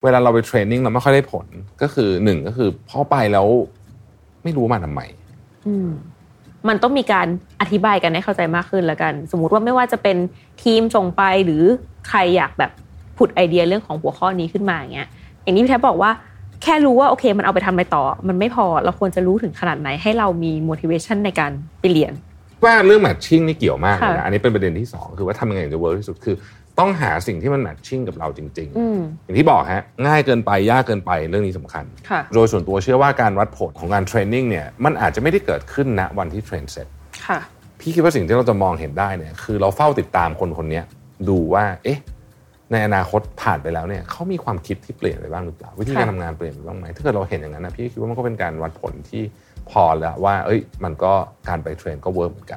เวลาเราไปเทรนนิ่งเราไม่ค่อยได้ผลก็คือ1ก็คือพอไปแล้วไม่รู้มาทำไมมันต้องมีการอธิบายกันให้เข้าใจมากขึ้นแล้วกันสมมุติว่าไม่ว่าจะเป็นทีมส่งไปหรือใครอยากแบบผุดไอเดียเรื่องของหัวข้อนี้ขึ้นมาอย่างเงี้ยอย่างนี้พี่แทบบอกว่าแค่รู้ว่าโอเคมันเอาไปทำอะไรต่อมันไม่พอเราควรจะรู้ถึงขนาดไหนให้เรามี motivation ในการไปเรียนว่าเรื่อง matching นี่เกี่ยวมากเลยนะอันนี้เป็นประเด็นที่2คือว่าทำยังไงถึงจะ work ที่สุดคือต้องหาสิ่งที่มัน matching กับเราจริงๆอย่างที่บอกฮะง่ายเกินไปยากเกินไปเรื่องนี้สำคัญโดยส่วนตัวเชื่อว่าการวัดผลของการเทรนนิ่งเนี่ยมันอาจจะไม่ได้เกิดขึ้นณวันที่เทรนเสร็จพี่คิดว่าสิ่งที่เราจะมองเห็นได้เนี่ยคือเราเฝ้าติดตามคนนี้ดูว่าเอ๊ะในอนาคตผ่านไปแล้วเนี่ยเขามีความคิดที่เปลี่ยนไปบ้างหรือเปล่าวิธีการทำงานเปลี่ยนไปบ้างไหมถ้าเกิดเราเห็นอย่างนั้นนะพี่คิดว่ามันก็เป็นการวัดผลที่พอแล้วว่ามันก็การไปเทรนก็เวิร์กเหมือนกัน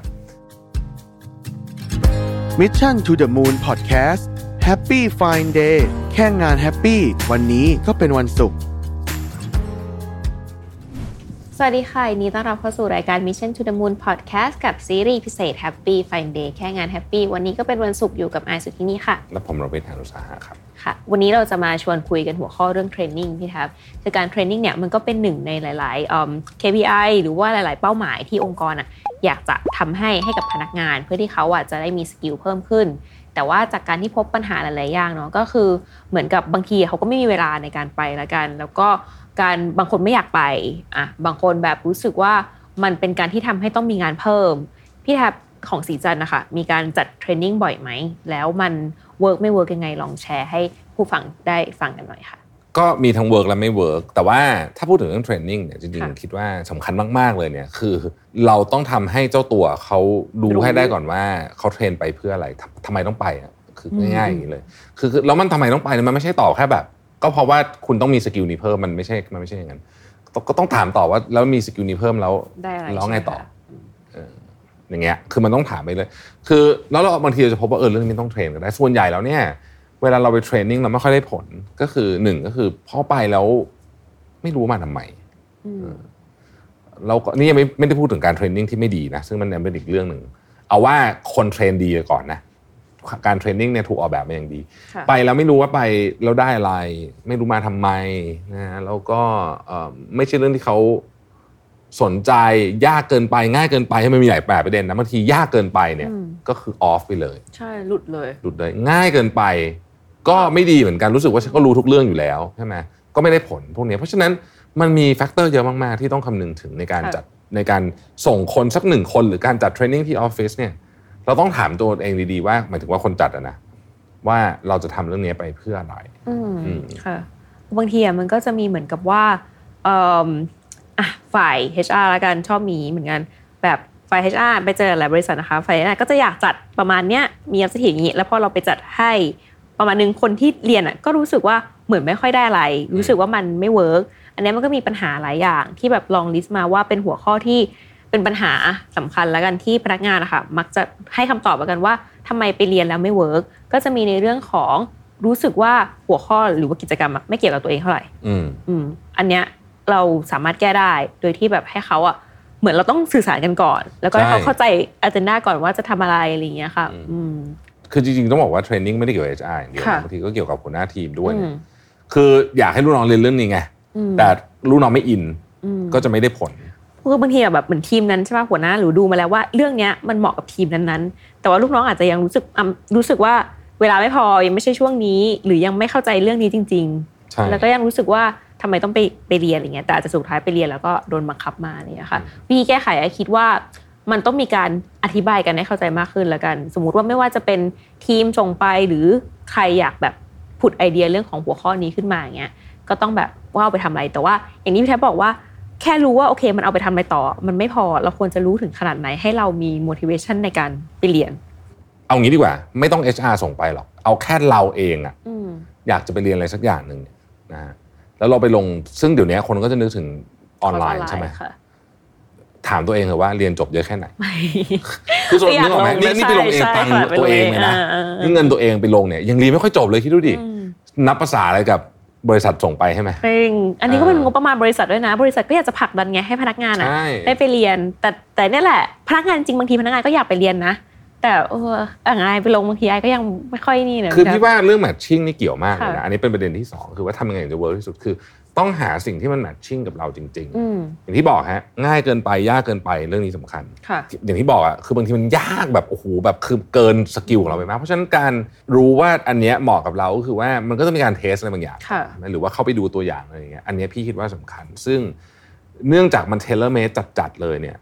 Mission to the Moon Podcast Happy Fine Day แค่งานแฮปปี้วันนี้ก็เป็นวันศุกร์สวัสดีค่ะยินดีต้อนรับเข้าสู่รายการ Mission to the Moon Podcast กับซีรีส์พิเศษ Happy Fine Day แค่งานแฮปปี้วันนี้ก็เป็นวันศุกร์อยู่กับไอซ์สุทธินีค่ะและผมโรเบิร์ต หาญอุตสาหะครับค่ะวันนี้เราจะมาชวนคุยกันหัวข้อเรื่องเทรนนิ่งพี่ครับคือการเทรนนิ่งเนี่ยมันก็เป็นหนึ่งในหลายๆKPI หรือว่าหลายๆเป้าหมายที่องค์กรอยากจะทำให้กับพนักงานเพื่อที่เขาจะได้มีสกิลเพิ่มขึ้นแต่ว่าจากการที่พบปัญหาหลายๆอย่างเนาะก็คือเหมือนกับบางทีเขาก็ไม่มีเวลาในการไปละกันแล้วก็การบางคนไม่อยากไปบางคนแบบรู้สึกว่ามันเป็นการที่ทำให้ต้องมีงานเพิ่มพี่แทบของสีจันทร์นะคะมีการจัดเทรนนิ่งบ่อยไหมแล้วมันเวิร์กไม่เวิร์กยังไงลองแชร์ให้ผู้ฟังได้ฟังกันหน่อยค่ะก็มีทั้งเวิร์กและไม่เวิร์กแต่ว่าถ้าพูดถึงเรื่องเทรนนิ่งเนี่ยจริงๆคิดว่าสำคัญมากๆเลยเนี่ยคือเราต้องทำให้เจ้าตัวเขาดูให้ได้ก่อนว่าเขาเทรนไปเพื่ออะไรทำไมต้องไปคือง่ายๆอย่างนี้เลยคือแล้วมันทำไมต้องไปมันไม่ใช่ตอบแค่แบบก็เพราะว่าคุณต้องมีสกิลนี้เพิ่มมันไม่ใช่อย่างนั้นก็ต้องถามต่อว่าแล้วมีสกิลนี้เพิ่มแล้วไงต่ออย่างเงี้ยคือมันต้องถามไปเลยคือแล้วเราบางทีเราจะพบว่าเรื่องนี้ต้องเทรนกันได้ส่วนใหญ่แล้วเนี่ยเวลาเราไปเทรนนิ่งเราไม่ค่อยได้ผลก็คือ1ก็คือพอไปแล้วไม่รู้มาทำไมเราก็นี่ยังไม่ได้พูดถึงการเทรนนิ่งที่ไม่ดีนะซึ่งมันเป็นอีกเรื่องนึงเอาว่าคนเทรนดีก่อนนะการเทรนนิ่งเนี่ยถูกออกแบบมาอย่างดีไปแล้วไม่รู้ว่าไปแล้วได้อะไรไม่รู้มาทำไมนะแล้วก็ไม่ใช่เรื่องที่เขาสนใจยากเกินไปง่ายเกินไปให้มันมีหลายประเด็นนะบางทียากเกินไปเนี่ยก็คือออฟไปเลยใช่หลุดเลยง่ายเกินไปก็ไม่ดีเหมือนกันรู้สึกว่าฉันก็รู้ทุกเรื่องอยู่แล้วใช่ไหมก็ไม่ได้ผลพวกนี้เพราะฉะนั้นมันมีแฟกเตอร์เยอะมากๆที่ต้องคำนึงถึงในการส่งคนสัก1คนหรือการจัดเทรนนิ่งที่ออฟฟิศเนี่ยเราต้องถามตัวเองดีๆว่าหมายถึงว่าคนจัดนะว่าเราจะทำเรื่องนี้ไปเพื่ออะไรค่ะบางทีมันก็จะมีเหมือนกับว่าฝ่าย HR ละกันชอบมีเหมือนกันแบบฝ่าย HR ไปเจอหลายบริษัทนะคะฝ่าย HR ก็จะอยากจัดประมาณเนี้ยมีอัพสถิติอย่างนี้แล้วพอเราไปจัดให้ประมาณนึงคนที่เรียนก็รู้สึกว่าเหมือนไม่ค่อยได้อะไรรู้สึกว่ามันไม่เวิร์กอันนี้มันก็มีปัญหาหลายอย่างที่แบบลองลิสต์มาว่าเป็นหัวข้อที่เป็นปัญหาสำคัญแล้วกันที่พนักงานนะคะมักจะให้คำตอบกันว่าทำไมไปเรียนแล้วไม่เวิร์กก็จะมีในเรื่องของรู้สึกว่าหัวข้อหรือว่ากิจกรรมไม่เกี่ยวกับตัวเองเท่าไหร่อันเนี้ยเราสามารถแก้ได้โดยที่แบบให้เขาเหมือนเราต้องสื่อสารกันก่อนแล้วก็ให้เขาเข้าใจagendaก่อนว่าจะทำอะไรอะไรอย่างเงี้ยค่ะคือจริงๆต้องบอกว่าเทรนนิ่งไม่ได้เกี่ยวกับ HR อย่างเดียวบางทีก็เกี่ยวกับหัวหน้าทีมด้วยคืออยากให้ลูกน้องเรียนเรื่องนี้ไงแต่ลูกน้องไม่อินก็จะไม่ได้ผลคือบางทีแบบเหมือนทีมนั้นใช่ป่ะหัวหน้าหรือดูมาแล้วว่าเรื่องเนี้ยมันเหมาะกับทีมนั้นๆแต่ว่าลูกน้องอาจจะยังรู้สึกว่าเวลาไม่พอยังไม่ใช่ช่วงนี้หรือยังไม่เข้าใจเรื่องนี้จริงๆแล้วก็ยังรู้สึกว่าทำไมต้องไปเรียนอะไรเงี้ยแต่อาจจะสุดท้ายไปเรียนแล้วก็โดนบังคับมาเนี่ยค่ะวิธีแก้ไขคิดว่ามันต้องมีการอธิบายกันให้เข้าใจมากขึ้นแล้วกันสมมุติว่าไม่ว่าจะเป็นทีมส่งไปหรือใครอยากแบบผุดไอเดียเรื่องของหัวข้อนี้ขึ้นมาอย่างเงี้ยก็ต้องแบบว่าเอาไปทำอะไรแต่ว่าอย่างนี้พี่แทบบอกว่าแค่รู้ว่าโอเคมันเอาไปทำอะไรต่อมันไม่พอเราควรจะรู้ถึงขนาดไหนให้เรามี motivation ในการไปเรียนเอางี้ดีกว่าไม่ต้อง HR ส่งไปหรอกเอาแค่เราเองอยากจะไปเรียนอะไรสักอย่างนึงนะฮะแล้วเราไปลงซึ่งเดี๋ยวนี้คนก็จะนึกถึงออนไลน์ใช่ไหมถามตัวเองเถอะว่าเรียนจบเยอะแค่ไหนคือส่วนนึกออกไหมนี่ไปลงเองตังตัวเองเลยนะนี่เงินตัวเองไปลงเนี่ยยังเรียนไม่ค่อยจบเลยคิดดูดินับภาษาอะไรกับบริษัทส่งไปใช่ไหมอันนี้ก็เป็นงบประมาณบริษัทด้วยนะบริษัทก็อยากจะผลักดันไงให้พนักงานได้ไปเรียนแต่นี่แหละพนักงานจริงบางทีพนักงานก็อยากไปเรียนนะแต่แต่ไงไปลงบางทีไอ้ก็ยังไม่ค่อยนี่นะคือพี่ว่าเรื่องแมทชิ่งนี่เกี่ยวมากเลยนะอันนี้เป็นประเด็นที่2คือว่าทำยังไงถึงจะเวิร์กที่สุดคือต้องหาสิ่งที่มันแมทชิ่งกับเราจริงๆอย่างที่บอกฮะง่ายเกินไปยากเกินไปเรื่องนี้สำคัญอย่างที่บอกอ่ะคือบางทีมันยากแบบโอ้โหแบบคือเกินสกิลของเราไปมากเพราะฉะนั้นการรู้ว่าอันเนี้ยเหมาะกับเราก็คือว่ามันก็ต้องมีการเทสอะไรบางอย่างหรือว่าเข้าไปดูตัวอย่างอะไรอย่างเงี้ยอันนี้พี่คิดว่าสำคัญซึ่งเนื่องจากมันเทเลเมดจัดเลยเนี่ย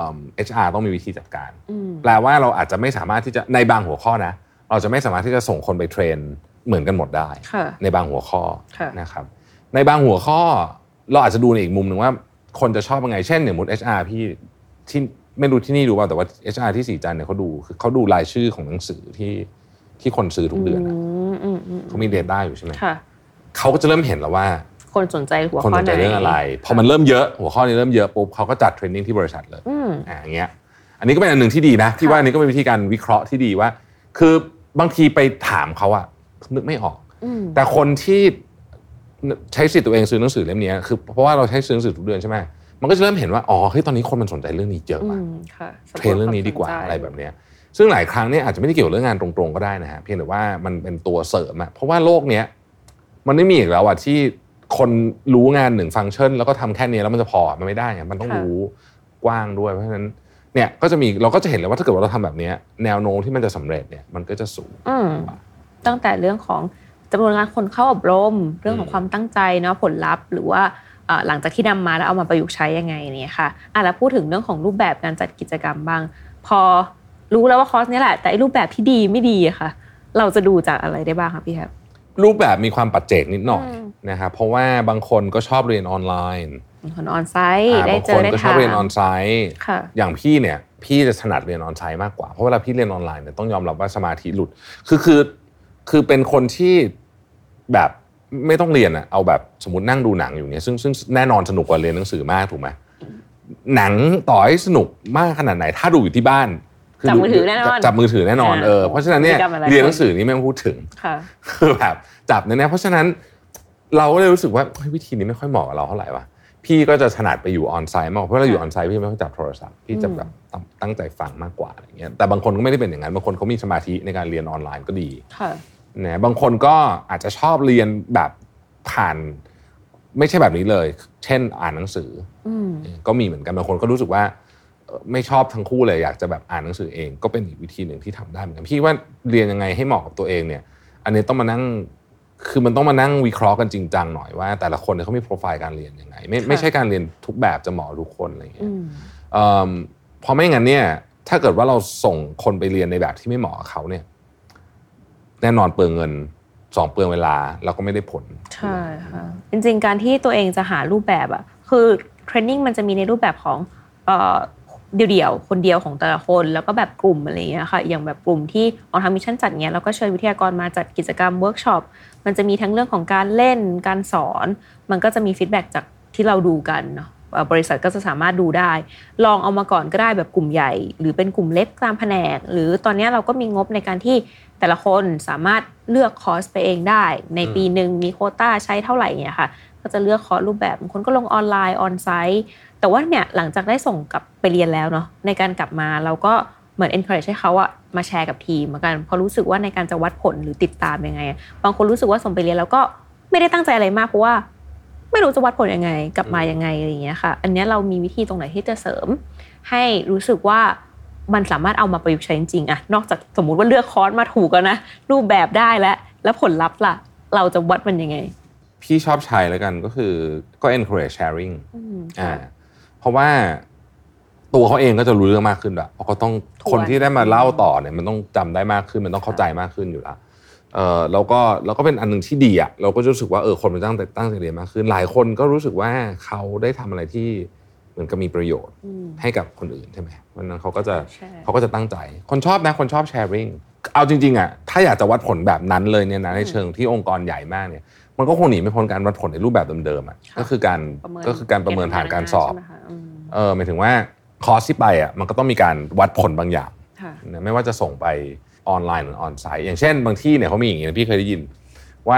HR ต้องมีวิธีจัดการแปลว่าเราอาจจะไม่สามารถที่จะในบางหัวข้อนะเราจะไม่สามารถที่จะส่งคนไปเทรนเหมือนกันหมดได้ในบางหัวข้อนะครับในบางหัวข้อเราอาจจะดูในอีกมุมหนึ่งว่าคนจะชอบยังไงเช่นอย่างมุด HR พี่ที่ไม่รู้ที่นี่รู้ป่ะแต่ว่า HR ที่สีจันทร์เนี่ยเขาดูรายชื่อของหนังสือที่คนซื้อทุกเดือนเขามี data อยู่ใช่ไหมเขาก็จะเริ่มเห็นแล้วว่าคนสนใจหัวข้อไหนเรื่องอะไรพอมันเริ่มเยอะหัวข้อนี้เริ่มเยอะปุ๊บเขาก็จัดเทรนนิ่งที่บริษัทเลยอย่างเงี้ยอันนี้ก็เป็นอันหนึ่งที่ดีนะที่ว่าอันนี้ก็เป็นวิธีการวิเคราะห์ที่ดีว่าคือบางทีไปถามเขาอะนึกไม่ออกแต่คนที่ใช้สิทธิ์ตัวเองซื้อหนังสือเล่มนี้คือเพราะว่าเราใช้ซื้อหนังสือทุกเดือนใช่ไหมมันก็จะเริ่มเห็นว่าอ๋อเฮ้ยตอนนี้คนมันสนใจเรื่องนี้เยอะมากเทรนเรื่องนี้ดีกว่าอะไรแบบนี้ซึ่งหลายครั้งเนี่ยอาจจะไม่ได้เกี่ยวเรื่องงานตรงๆก็ได้นะฮะเพียงแต่ว่ามันเป็นตัวเสริมอะเพราะว่าโลกเนี้ยมันไม่มีอีกแล้วอะที่คนรู้งาน1ฟังก์ชันแล้วก็ทำแค่นี้แล้วมันจะพอมันไม่ได้ไงมันต้องรู้กว้างด้วยเพราะฉะนั้นเนี่ยก็จะมีเราก็จะเห็นเลยว่าถ้าเกิดว่าเราทำแบบนี้แนวโน้มที่มันจะสำเร็จเนี่ยมันก็จะสูงตั้งแต่เรื่องของจำนวนงานคนเข้าอบรมเรื่องของความตั้งใจเนาะผลลัพธ์หรือว่าหลังจากที่นำมาแล้วเอามาประยุกต์ใช้ยังไงเนี่ยค่ะแล้วพูดถึงเรื่องของรูปแบบการจัดกิจกรรมบ้างพอรู้แล้วว่าคอร์สนี้แหละแต่รูปแบบที่ดีไม่ดีค่ะเราจะดูจากอะไรได้บ้างคะพี่แฮปรูปแบบมีความปัจเจกนิดหน่อยนะครับเพราะว่าบางคนก็ชอบเรียนออนไลน์บางคนออนไซต์ได้เจอได้ทำบางคนก็ชอบเรียนออนไซต์อย่างพี่เนี่ยพี่จะถนัดเรียนออนไซต์มากกว่าเพราะเวลาพี่เรียนออนไลน์เนี่ยต้องยอมรับว่าสมาธิหลุดคือเป็นคนที่แบบไม่ต้องเรียนอะเอาแบบสมมตินั่งดูหนังอยู่เนี่ยซึ่งแน่นอนสนุกกว่าเรียนหนังสือมากถูกไหมหนังต่อให้สนุกมากขนาดไหนถ้าดูอยู่ที่บ้านจับมือถือแน่นอนเพราะฉะนั้นเนี่ยเรียนหนังสือนี่ไม่ต้องพูดถึงคือแบบจับแน่ๆเพราะฉะนั้นเราก็เลยรู้สึกว่าวิธีนี้ไม่ค่อยเหมาะกับเราเท่าไหร่วะพี่ก็จะถนัดไปอยู่ออนไซต์มากเพราะเราอยู่ออนไซต์พี่ไม่ค่อยจับโทรศัพท์พี่จะแบบตั้งใจฟังมากกว่าอะไรเงี้ยแต่บางคนก็ไม่ได้เป็นอย่างนั้นบางคนเขามีสมาธิในการเรียนออนไลน์ก็ดีนะบางคนก็อาจจะชอบเรียนแบบผ่านไม่ใช่แบบนี้เลยเช่นอ่านหนังสือก็มีเหมือนกันบางคนก็รู้สึกว่าไม่ชอบทั้งคู่เลยอยากจะแบบอ่านหนังสือเองก็เป็นอีกวิธีหนึ่งที่ทำได้เหมือนกันพี่ว่าเรียนยังไงให้เหมาะกับตัวเองเนี่ยอันนี้ต้องมานั่งคือมันต้องมานั่งวิเคราะห์กันจริงจังหน่อยว่าแต่ละคนเนี่ยเขามีโปรไฟล์การเรียนยังไงไม่ใช่การเรียนทุกแบบจะเหมาะทุกคนอะไรอย่างเงี้ยพอไม่งั้นเนี่ยถ้าเกิดว่าเราส่งคนไปเรียนในแบบที่ไม่เหมาะกับเขาเนี่ยแน่นอนเปลืองเงิน2เปลืองเวลาแล้วก็ไม่ได้ผลใช่ค่ะจริงๆการที่ตัวเองจะหารูปแบบอะคือเทรนนิ่งมันจะมีในรูปแบบของเดี่ยวๆคนเดียวของแต่ละคนแล้วก็แบบกลุ่มอะไรอย่างเงี้ยค่ะอย่างแบบกลุ่มที่ออนทำมิชชั่นจัดเงี้ยแล้วก็เชิญวิทยากรมาจัดกิจกรรมเวิร์กช็อปมันจะมีทั้งเรื่องของการเล่นการสอนมันก็จะมีฟีดแบ็กจากที่เราดูกันเนาะบริษัทก็จะสามารถดูได้ลองเอามาก่อนก็ได้แบบกลุ่มใหญ่หรือเป็นกลุ่มเล็กตามแผนกหรือตอนนี้เราก็มีงบในการที่แต่ละคนสามารถเลือกคอร์สไปเองได้ในปีนึงมีโควต้าใช้เท่าไหร่เงี้ยค่ะก็จะเลือกคอร์สรูปแบบบางคนก็ลงออนไลน์ออนไซต์แต่ว่าเนี่ยหลังจากได้ส่งกลับไปเรียนแล้วเนาะในการกลับมาเราก็เหมือน encourage ให้เขาอะมาแชร์กับทีมเหมือนกันพอรู้สึกว่าในการจะวัดผลหรือติดตามยังไงบางคนรู้สึกว่าส่งไปเรียนแล้วก็ไม่ได้ตั้งใจอะไรมากเพราะว่าไม่รู้จะวัดผลยังไงกลับมายังไงอะไรอย่างเงี้ยค่ะอันนี้เรามีวิธีตรงไหนที่จะเสริมให้รู้สึกว่ามันสามารถเอามาประยุกต์ใช้จริงๆอะนอกจากสมมุติว่าเลือกคอร์สมาถูกแล้วนะรูปแบบได้แล้วผลลัพธ์ล่ะเราจะวัดมันยังไงพี่ชอบใช้แล้วกันก็คือก็ encourage sharing เพราะว่าตัวเขาเองก็จะรู้เรื่องมากขึ้นแบบเพราะเขาต้องคนที่ได้มาเล่าต่อเนี่ยมันต้องจำได้มากขึ้นมันต้องเข้าใจมากขึ้นอยู่แล้วแล้วก็เป็นอันนึงที่ดีอ่ะเราก็รู้สึกว่าคนมันตั้งใจเรียนมากขึ้นหลายคนก็รู้สึกว่าเขาได้ทำอะไรที่เหมือนกับมีประโยชน์ให้กับคนอื่นใช่ไหมวันนั้นเขาก็จะตั้งใจคนชอบนะคนชอบ sharing เอาจริงๆอ่ะถ้าอยากจะวัดผลแบบนั้นเลยเนี่ยนะในเชิงที่องค์กรใหญ่มากเนี่ยมันก็คงหนีไม่พ้นการวัดผลในรูปแบบเดิมๆอ่ะก็คือการประเมินผ่านการสอบหมายถึงว่าคอร์สที่ไปอ่ะมันก็ต้องมีการวัดผลบางอย่างไม่ว่าจะส่งไปออนไลน์หรือออนไซต์อย่างเช่นบางที่เนี่ยเขามีอย่างนี้พี่เคยได้ยินว่า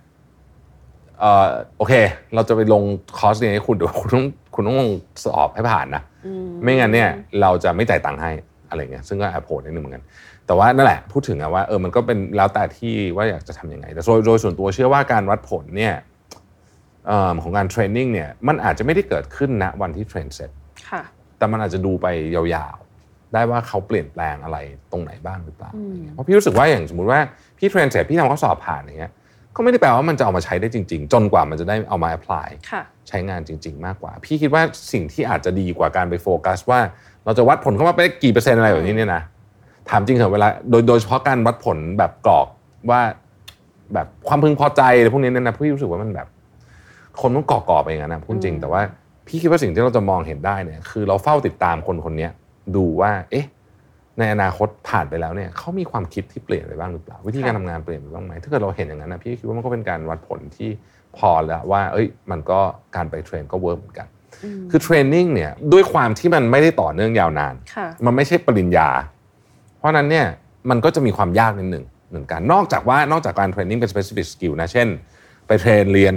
โอเคเราจะไปลงคอร์สนี้ให้คุณคุณต้องลงสอบให้ผ่านนะไม่งั้นเนี่ยเราจะไม่จ่ายตังค์ให้อะไรเงี้ยซึ่งก็แอบโหดนิดนึงเหมือนกันแต่ว่านั่นแหละพูดถึงว่ามันก็เป็นแล้วแต่ที่ว่าอยากจะทำยังไงแต่โดยส่วนตัวเชื่อว่าการวัดผลเนี่ยของการเทรนนิ่งเนี่ยมันอาจจะไม่ได้เกิดขึ้นณวันที่เทรนเสร็จแต่มันอาจจะดูไปยาวๆได้ว่าเขาเปลี่ยนแปลงอะไรตรงไหนบ้างหรือเปล่าเพราะพี่รู้สึกว่าอย่างสมมุติว่าพี่เทรนเสร็จพี่ทำข้อสอบผ่านอย่างเงี้ยก็ไม่ได้แปลว่ามันจะเอามาใช้ได้จริงๆจนกว่ามันจะได้เอามา apply ใช้งานจริงๆมากกว่าพี่คิดว่าสิ่งที่อาจจะดีกว่าการไปโฟกัสว่าเราจะวัดผลเข้ามาไปกี่เปอร์เซ็นต์อะไรแบบนี้เนี่ยนะถามจริงเถอะเวลาโดยเฉพาะการวัดผลแบบกรอกว่าแบบความพึงพอใจอะไรพวกนี้เนี่ยนะพี่รู้สึกว่ามันแบบคนต้องก่อไปอย่างนั้นนะพูดจริงแต่ว่าพี่คิดว่าสิ่งที่เราจะมองเห็นได้เนี่ยคือเราเฝ้าติดตามคนนี้ดูว่าในอนาคตผ่านไปแล้วเนี่ยเขามีความคิดที่เปลี่ยนไปบ้างหรือเปล่าวิธีการทำงานเปลี่ยนไปบ้างไหมถ้าเกิดเราเห็นอย่างนั้นนะพี่คิดว่ามันก็เป็นการวัดผลที่พอแล้วว่ามันก็การไปเทรนก็เวิร์กเหมือนกันคือเทรนนิ่งเนี่ยด้วยความที่มันไม่ได้ต่อเนื่องยาวนานมันไม่ใช่ปริญญาเพราะนั้นเนี่ยมันก็จะมีความยากนิดหนึ่งเหมือนกันนอกจากการเทรนนิ่งเป็น specific skill นะเช่นไปเทรนเรียน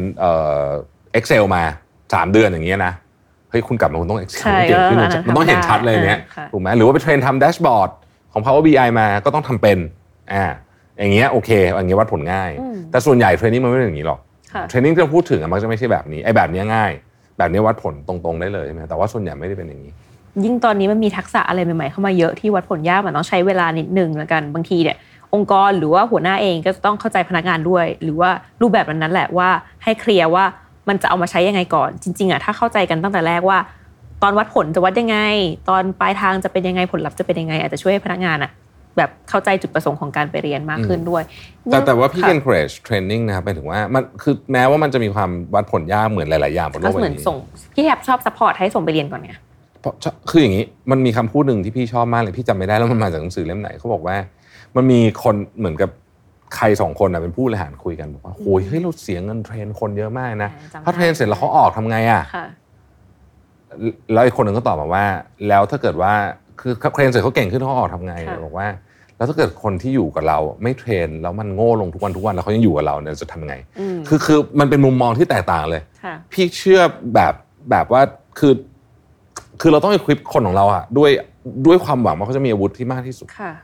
Excel มา3 เดือนอย่างเงี้ยนะเฮ้ยคุณกลับมาคุณต้อง Excel เก่งขึ้นมันต้องเห็นชัดเลยเนี่ยถูกไหมหรือว่าไปเทรนทำแดชบอร์ดของ Power BI มาก็ต้องทำเป็นอย่างเงี้ยโอเคอย่างเงี้ยวัดผลง่ายแต่ส่วนใหญ่เทรนนิ่งมันไม่เป็นอย่างนี้หรอกเทรนนิ่งที่เราพูดถึงมันจะไม่ใช่แบบนี้แบบนี้ง่ายแบบนี้วัดผลตรงๆได้เลยใช่ไหมแต่ว่าส่วนใหญ่ไม่ได้เป็นอย่างนี้ยิ่งตอนนี้มันมีทักษะอะไรใหม่ๆเข้ามาเยอะที่วัดผลยากมันต้องใช้เวลานิดนึงแล้วกันบางทีเนี่ยองค์กรหรือว่าหัวหน้าเองก็ต้องเข้าใจพนักงานด้วยหรือว่ารูปแบบนั้นแหละว่าให้เคลียร์ว่ามันจะเอามาใช้ยังไงก่อนจริงๆถ้าเข้าใจกันตั้งแต่แรกว่าตอนวัดผลจะวัดยังไงตอนปลายทางจะเป็นยังไงผลลัพธ์จะเป็นยังไงอาจจะช่วยให้พนักงานแบบเข้าใจจุดประสงค์ของการไปเรียนมากขึ้นด้วยแต่ว่าพี่ encourage training นะครับไปถึงว่ามันคือแม้ว่ามันจะมีความวัดผลยากเหมือนหลายๆอย่างบนโลกใบนี้ก็เหมือนส่งพี่แทบชอบซัพพอร์ตให้ส่งไปเรียนก่อนเนี่ยคืออย่างนี้มันมีคำพูดหนึ่งที่พี่ชอบมากเลยพี่จำไม่ได้แล้วมันมาจากหนังสือเล่มไหนเขาบอกว่ามันมีคนเหมือนกับใคร2 คนเป็นผู้บริหารคุยกันบอกว่าโอ้ยเฮ้ยเราเสียเงินเทรนคนเยอะมากนะพอเทรนเสร็จแล้วเขาออกทำไงแล้วอีกคนหนึ่งก็ตอบมาว่าแล้วถ้าเกิดว่าคือเทรนเสร็จเขาเก่งขึ้นเขาออกทำไงบอกว่าแล้วถ้าเกิดคนที่อยู่กับเราไม่เทรนแล้วมันโง่ลงทุกวันแล้วเขายังอยู่กับเราเนี่ยจะทำไงคือมันเป็นมุมมองที่แตกต่างเลยพี่เชื่อแบบว่าคือเราต้องequipคนของเราด้วยความหวังว่าเขาจะมีอาวุธที่มากที่สุด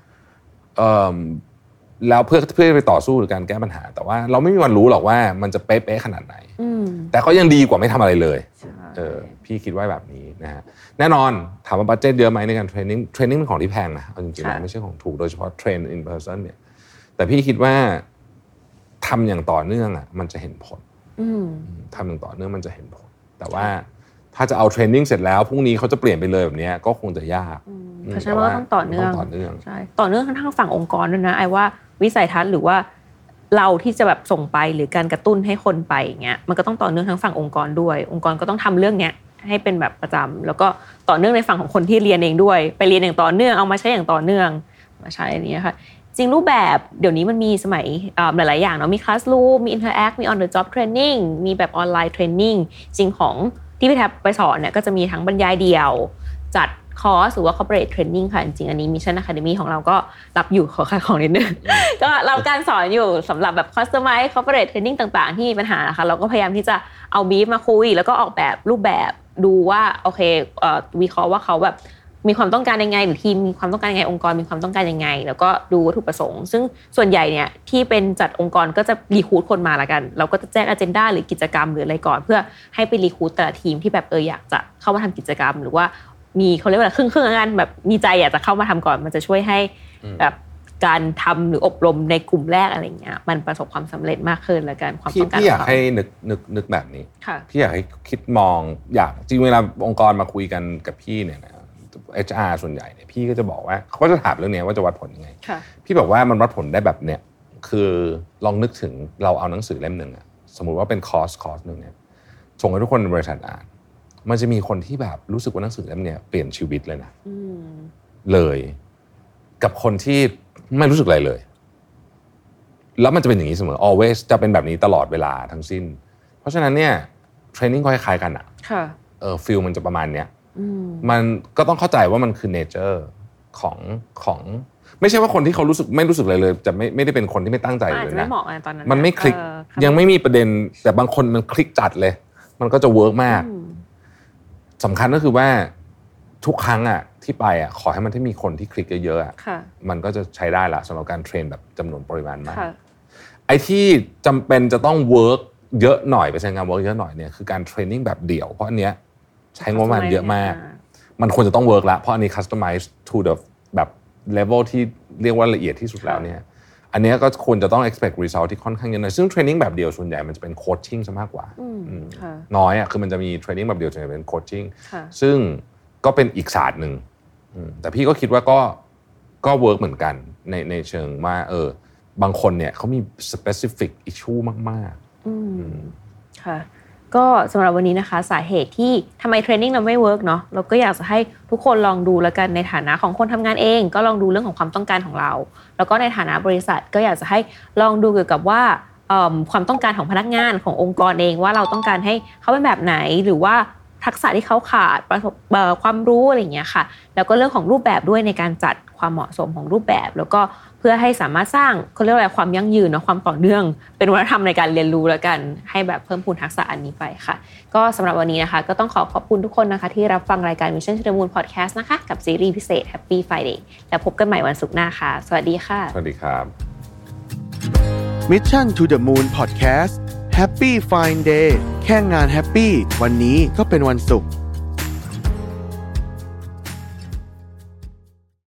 แล้วเพื่อไปต่อสู้หรือการแก้ปัญหาแต่ว่าเราไม่มีวันรู้หรอกว่ามันจะเป๊ะๆขนาดไหนแต่ก็ยังดีกว่าไม่ทำอะไรเลยพี่คิดว่าแบบนี้นะฮะแน่นอนถามว่าบัดเจ็ตเยอะไหมในการเทรนนิ่งเป็นของที่แพงนะเอาจริงๆไม่ใช่ของถูกโดยเฉพาะเทรน in person เนี่ยแต่พี่คิดว่าทำอย่างต่อเนื่องมันจะเห็นผลทำอย่างต่อเนื่องมันจะเห็นผลแต่ว่าถ้าจะเอาเทรนนิ่งเสร็จแล้วพรุ่งนี้เขาจะเปลี่ยนไปเลยแบบนี้ก็คงจะยากเพราะฉะนั้นว่าต้องต่อเนื่องใช่ต่อเนื่องทั้งฝั่งองค์กรด้วยนะไอ้ว่าวิสัยทัศน์หรือว่าเราที่จะแบบส่งไปหรือการกระตุ้นให้คนไปอย่างเงี้ยมันก็ต้องต่อเนื่องทั้งฝั่งองค์กรด้วยองค์กรก็ต้องทำเรื่องเนี้ยให้เป็นแบบประจำแล้วก็ต่อเนื่องในฝั่งของคนที่เรียนเองด้วยไปเรียนอย่างต่อเนื่องเอามาใช้อย่างต่อเนื่องมาใช้อันนี้ค่ะจริงรูปแบบเดี๋ยวนี้มันมีสมัยหลายๆอย่างเนาะมีคลาสรูมมี interact มี on the job training มีแบบออนไลน์เทรนนิ่งจริงของที่พี่แทบไปสอนเนี่ยก็จะมีทั้งบรรยายเดี่ยวจัดคอร์สหรือว่า corporate training ค่ะจริงๆอันนี้ Mission Academy ของเราก็รับอยู่ขอขายของนิดนึง ก็รับการสอนอยู่สำหรับแบบ customize corporate training ต่างๆที่มีปัญหานะคะเราก็พยายามที่จะเอาบีฟมาคุยแล้วก็ออกแบบรูปแบบดูว่าโอเควิเคราะห์ว่าเขาแบบมีความต้องการยังไงหรือทีมมีความต้องการยังไงองค์กรมีความต้องการยังไงแล้วก็ดูวัตถุประสงค์ซึ่งส่วนใหญ่เนี่ยที่เป็นจัดองค์กรก็จะรีครูทคนมาละกันเราก็จะแจ้งอเจนดาหรือกิจกรรมหรืออะไรก่อนเพื่อให้ไปรีครูทแต่ละทีมที่แบบอยากจะเข้ามาทำกิจกรรมหรือว่ามีเขาเรียกว่าครึ่งๆกันแบบมีใจอยากจะเข้ามาทำก่อนมันจะช่วยให้แบบการทำหรืออบรมในกลุ่มแรกอะไรเงี้ยมันประสบความสำเร็จมากขึ้นแล้วกันความต้องการพี่อยากให้นึกแบบนี้พี่อยากให้คิดมองอยากจริงเวลาองค์กรมาคุยกันกับพี่เนี่ยนะ HR ส่วนใหญ่เนี่ยพี่ก็จะบอกว่าเขาก็จะถามเรื่องนี้ว่าจะวัดผลยังไงพี่บอกว่ามันวัดผลได้แบบเนี้ยคือลองนึกถึงเราเอาหนังสือเล่มนึงสมมุติว่าเป็นคอร์สนึงเนี่ยส่งให้ทุกคนในบริษัทอ่านมันจะมีคนที่แบบรู้สึกว่าหนังสือเล่มนี้เปลี่ยนชีวิตเลยนะเลยกับคนที่ไม่รู้สึกอะไรเลยแล้วมันจะเป็นอย่างนี้เสมอ always จะเป็นแบบนี้ตลอดเวลาทั้งสิ้นเพราะฉะนั้นเนี่ยเทรนนิ่งก็คล้ายๆกันฟีลมันจะประมาณเนี้ยมันก็ต้องเข้าใจว่ามันคือ nature ของไม่ใช่ว่าคนที่เขาไม่รู้สึกอะไรเลยจะไม่ได้เป็นคนที่ไม่ตั้งใจเลยนะมันไม่คลิกยังไม่มีประเด็นแต่บางคนมันคลิกจัดเลยมันก็จะเวิร์กมากสำคัญก็คือว่าทุกครั้งอ่ะที่ไปอ่ะขอให้มันที่มีคนที่คลิกเยอะๆอ่ะมันก็จะใช้ได้ละสำหรับการเทรนแบบจำนวนปริมาณมากไอ้ที่จำเป็นจะต้องเวิร์กเยอะหน่อยไปใช้งานเวิร์กเยอะหน่อยเนี่ยคือการเทรนนิ่งแบบเดี่ยวเพราะอันเนี้ยใช้งบประมาณเยอะมากมันควรจะต้องเวิร์กละเพราะอันนี้ customize to the แบบ level ที่เรียกว่าละเอียดที่สุดแล้วเนี่ยอันนี้ก็ควรจะต้อง expect result ที่ค่อนข้างเยอะหน่อยซึ่งเทรนนิ่งแบบเดียวส่วนใหญ่มันจะเป็นโคชชิ่งซะมากกว่าน้อยอ่ะคือมันจะมีเทรนนิ่งแบบเดียวส่วนใหญ่เป็นโคชชิ่งซึ่งก็เป็นอีกศาสตร์หนึ่งแต่พี่ก็คิดว่าก็เวิร์กเหมือนกันในเชิงว่าบางคนเนี่ยเขามี specific issue มากๆค่ะก็สำหรับวันนี้นะคะสาเหตุที่ทำไมเทรนนิ่งเราไม่เวิร์กเนาะเราก็อยากจะให้ทุกคนลองดูแล้วกันในฐานะของคนทำงานเองก็ลองดูเรื่องของความต้องการของเราแล้วก็ในฐานะบริษัทก็อยากจะให้ลองดูเกี่ยวกับว่าความต้องการของพนักงานขององค์กรเองว่าเราต้องการให้เขาเป็นแบบไหนหรือว่าทักษะที่เขาขาดความรู้อะไรอย่างเงี้ยค่ะแล้วก็เรื่องของรูปแบบด้วยในการจัดความเหมาะสมของรูปแบบแล้วก็เพื่อให้สามารถสร้างเขาเรียกอะไรความยั่งยืนเนาะความต่อเนื่องเป็นวัฒนธรรมในการเรียนรู้แล้วกันให้แบบเพิ่มพูนทักษะอันนี้ไปค่ะก็สำหรับวันนี้นะคะก็ต้องขอบคุณทุกคนนะคะที่รับฟังรายการ Mission to the Moon Podcast นะคะกับซีรีส์พิเศษ Happy Friday แล้วพบกันใหม่วันศุกร์หน้าค่ะสวัสดีค่ะสวัสดีครับ Mission to the Moon Podcast Happy Fine Day แค่งานแฮปปี้วันนี้ก็เป็นวันศุกร์